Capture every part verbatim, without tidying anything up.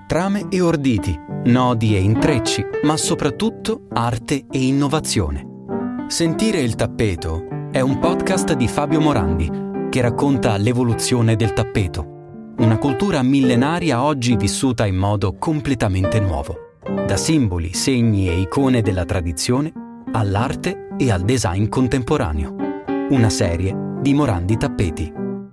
Trame e orditi, nodi e intrecci, ma soprattutto arte e innovazione. Sentire il tappeto è un podcast di Fabio Morandi che racconta l'evoluzione del tappeto, una cultura millenaria oggi vissuta in modo completamente nuovo, da simboli, segni e icone della tradizione all'arte e al design contemporaneo. Una serie di Morandi Tappeti.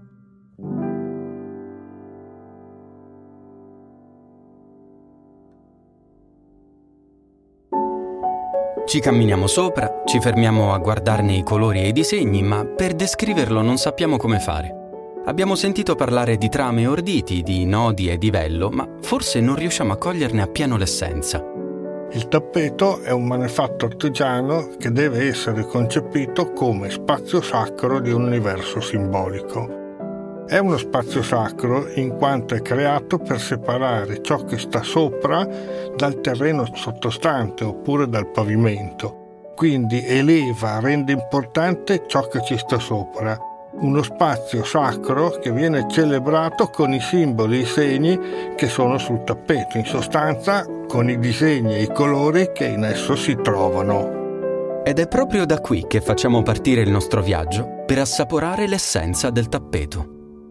Ci camminiamo sopra, ci fermiamo a guardarne i colori e i disegni, ma per descriverlo non sappiamo come fare. Abbiamo sentito parlare di trame e orditi, di nodi e di vello, ma forse non riusciamo a coglierne appieno l'essenza. Il tappeto è un manufatto artigiano che deve essere concepito come spazio sacro di un universo simbolico. È uno spazio sacro in quanto è creato per separare ciò che sta sopra dal terreno sottostante oppure dal pavimento. Quindi eleva, rende importante ciò che ci sta sopra. Uno spazio sacro che viene celebrato con i simboli e i segni che sono sul tappeto, in sostanza con i disegni e i colori che in esso si trovano. Ed è proprio da qui che facciamo partire il nostro viaggio per assaporare l'essenza del tappeto.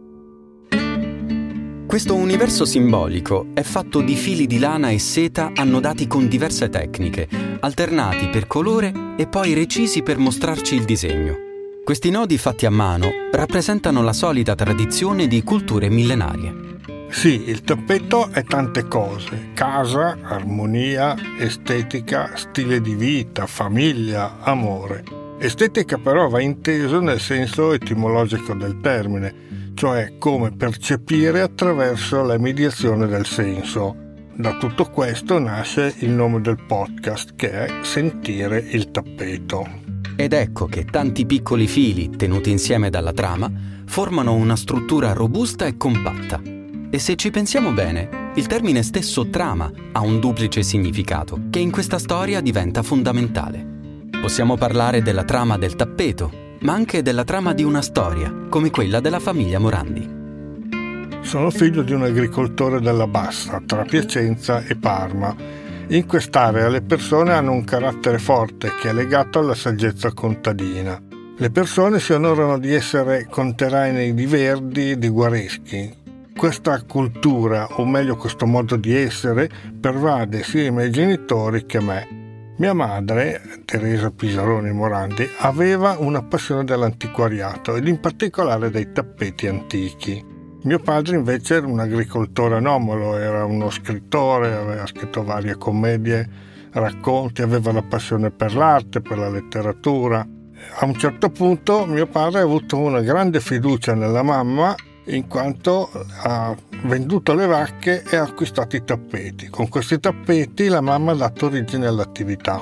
Questo universo simbolico è fatto di fili di lana e seta annodati con diverse tecniche, alternati per colore e poi recisi per mostrarci il disegno. Questi nodi fatti a mano rappresentano la solida tradizione di culture millenarie. Sì, il tappeto è tante cose: casa, armonia, estetica, stile di vita, famiglia, amore. Estetica però va inteso nel senso etimologico del termine, cioè come percepire attraverso la mediazione del senso. Da tutto questo nasce il nome del podcast, che è Sentire il tappeto. Ed ecco che tanti piccoli fili, tenuti insieme dalla trama, formano una struttura robusta e compatta. E se ci pensiamo bene, il termine stesso trama ha un duplice significato, che in questa storia diventa fondamentale. Possiamo parlare della trama del tappeto, ma anche della trama di una storia, come quella della famiglia Morandi. Sono figlio di un agricoltore della Bassa, tra Piacenza e Parma. In quest'area le persone hanno un carattere forte che è legato alla saggezza contadina. Le persone si onorano di essere conterranei di Verdi, di Guareschi. Questa cultura, o meglio questo modo di essere, pervade sia i miei genitori che me. Mia madre, Teresa Pisaroni Morandi, aveva una passione dell'antiquariato ed in particolare dei tappeti antichi. Mio padre invece era un agricoltore anomalo, era uno scrittore, aveva scritto varie commedie, racconti, aveva la passione per l'arte, per la letteratura. A un certo punto mio padre ha avuto una grande fiducia nella mamma in quanto ha venduto le vacche e ha acquistato i tappeti. Con questi tappeti la mamma ha dato origine all'attività.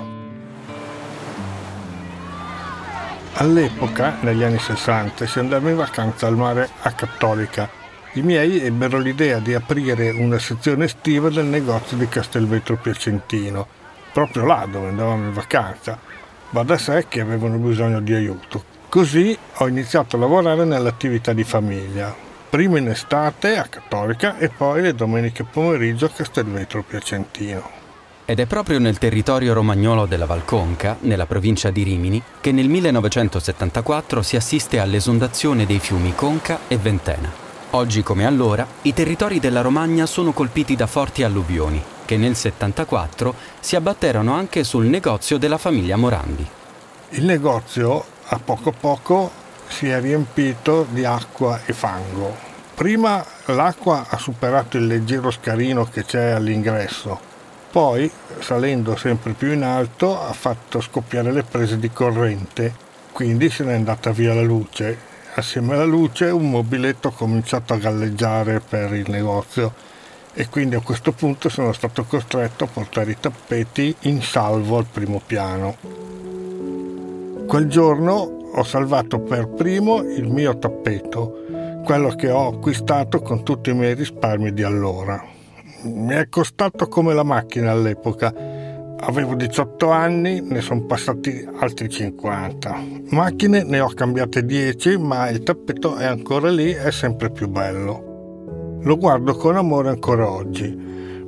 All'epoca, negli anni sessanta, si andava in vacanza al mare a Cattolica. I miei ebbero l'idea di aprire una sezione estiva del negozio di Castelvetro Piacentino, proprio là dove andavamo in vacanza. Va da sé che avevano bisogno di aiuto. Così ho iniziato a lavorare nell'attività di famiglia. Prima in estate a Cattolica e poi le domeniche pomeriggio a Castelvetro Piacentino. Ed è proprio nel territorio romagnolo della Valconca, nella provincia di Rimini, che nel millenovecentosettantaquattro si assiste all'esondazione dei fiumi Conca e Ventena. Oggi come allora, i territori della Romagna sono colpiti da forti alluvioni, che nel settantaquattro si abbatterono anche sul negozio della famiglia Morandi. Il negozio, a poco a poco, si è riempito di acqua e fango. Prima l'acqua ha superato il leggero scarino che c'è all'ingresso, poi, salendo sempre più in alto, ha fatto scoppiare le prese di corrente, quindi se n'è andata via la luce. Assieme alla luce un mobiletto ha cominciato a galleggiare per il negozio e quindi a questo punto sono stato costretto a portare i tappeti in salvo al primo piano. Quel giorno ho salvato per primo il mio tappeto, quello che ho acquistato con tutti i miei risparmi di allora. Mi è costato come la macchina all'epoca. Avevo diciotto anni, ne sono passati altri cinquanta. Macchine ne ho cambiate dieci, ma il tappeto è ancora lì, è sempre più bello. Lo guardo con amore ancora oggi.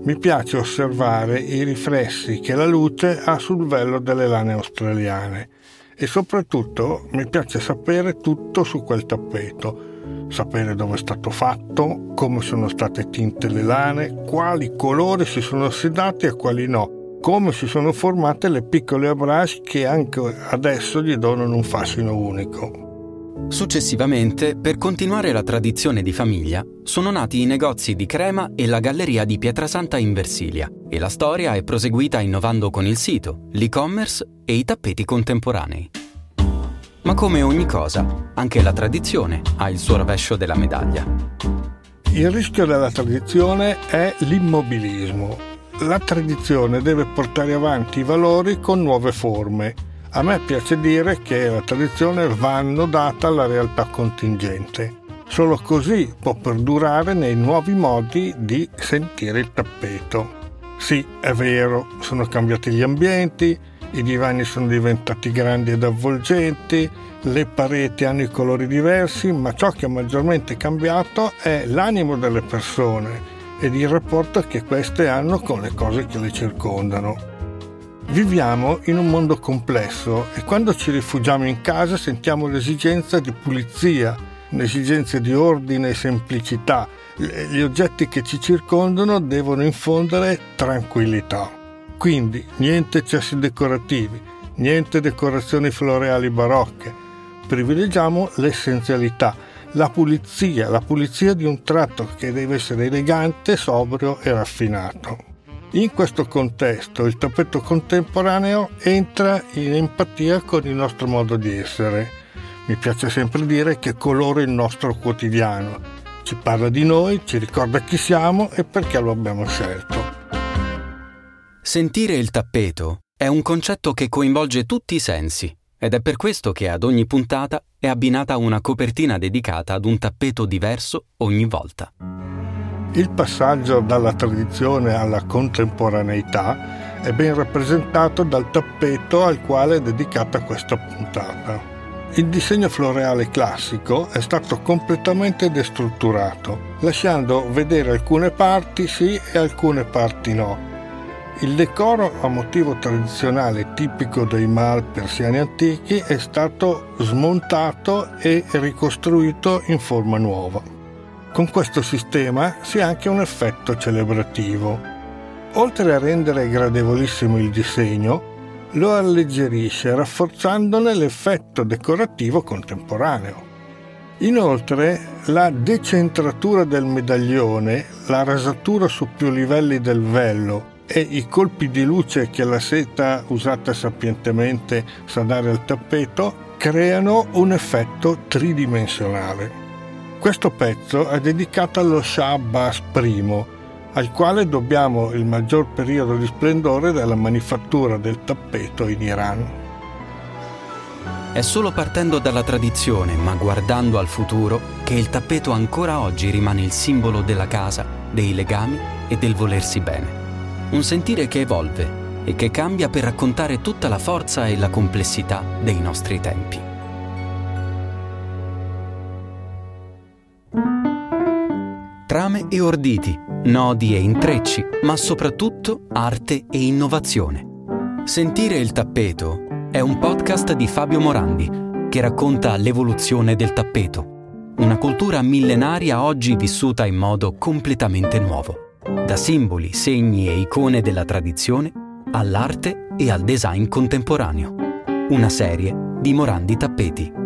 Mi piace osservare i riflessi che la luce ha sul vello delle lane australiane e soprattutto mi piace sapere tutto su quel tappeto, sapere dove è stato fatto, come sono state tinte le lane, quali colori si sono ossidati e quali no, come si sono formate le piccole abrasi che anche adesso gli donano un fascino unico. Successivamente, per continuare la tradizione di famiglia, sono nati i negozi di crema e la galleria di Pietrasanta in Versilia e la storia è proseguita innovando con il sito, l'e-commerce e i tappeti contemporanei. Ma come ogni cosa, anche la tradizione ha il suo rovescio della medaglia. Il rischio della tradizione è l'immobilismo. La tradizione deve portare avanti i valori con nuove forme. A me piace dire che la tradizione va annodata alla realtà contingente. Solo così può perdurare nei nuovi modi di sentire il tappeto. Sì, è vero, sono cambiati gli ambienti, i divani sono diventati grandi ed avvolgenti, le pareti hanno i colori diversi, ma ciò che è maggiormente cambiato è l'animo delle persone ed il rapporto che queste hanno con le cose che le circondano. Viviamo in un mondo complesso e quando ci rifugiamo in casa sentiamo l'esigenza di pulizia, l'esigenza di ordine e semplicità. Gli oggetti che ci circondano devono infondere tranquillità. Quindi niente eccessi decorativi, niente decorazioni floreali barocche. Privilegiamo l'essenzialità, la pulizia, la pulizia di un tratto che deve essere elegante, sobrio e raffinato. In questo contesto il tappeto contemporaneo entra in empatia con il nostro modo di essere. Mi piace sempre dire che colora il nostro quotidiano, ci parla di noi, ci ricorda chi siamo e perché lo abbiamo scelto. Sentire il tappeto è un concetto che coinvolge tutti i sensi ed è per questo che ad ogni puntata è abbinata una copertina dedicata ad un tappeto diverso ogni volta. Il passaggio dalla tradizione alla contemporaneità è ben rappresentato dal tappeto al quale è dedicata questa puntata. Il disegno floreale classico è stato completamente destrutturato, lasciando vedere alcune parti sì e alcune parti no. Il decoro a motivo tradizionale tipico dei mahal persiani antichi è stato smontato e ricostruito in forma nuova. Con questo sistema si ha anche un effetto celebrativo. Oltre a rendere gradevolissimo il disegno, lo alleggerisce rafforzandone l'effetto decorativo contemporaneo. Inoltre, la decentratura del medaglione, la rasatura su più livelli del vello e i colpi di luce che la seta usata sapientemente sa dare al tappeto creano un effetto tridimensionale. Questo pezzo è dedicato allo Shah Abbas I, al quale dobbiamo il maggior periodo di splendore della manifattura del tappeto in Iran. È solo partendo dalla tradizione, ma guardando al futuro, che il tappeto ancora oggi rimane il simbolo della casa, dei legami e del volersi bene. Un sentire che evolve e che cambia per raccontare tutta la forza e la complessità dei nostri tempi. Trame e orditi, nodi e intrecci, ma soprattutto arte e innovazione. Sentire il tappeto è un podcast di Fabio Morandi che racconta l'evoluzione del tappeto, una cultura millenaria oggi vissuta in modo completamente nuovo, da simboli, segni e icone della tradizione all'arte e al design contemporaneo. Una serie di Morandi Tappeti.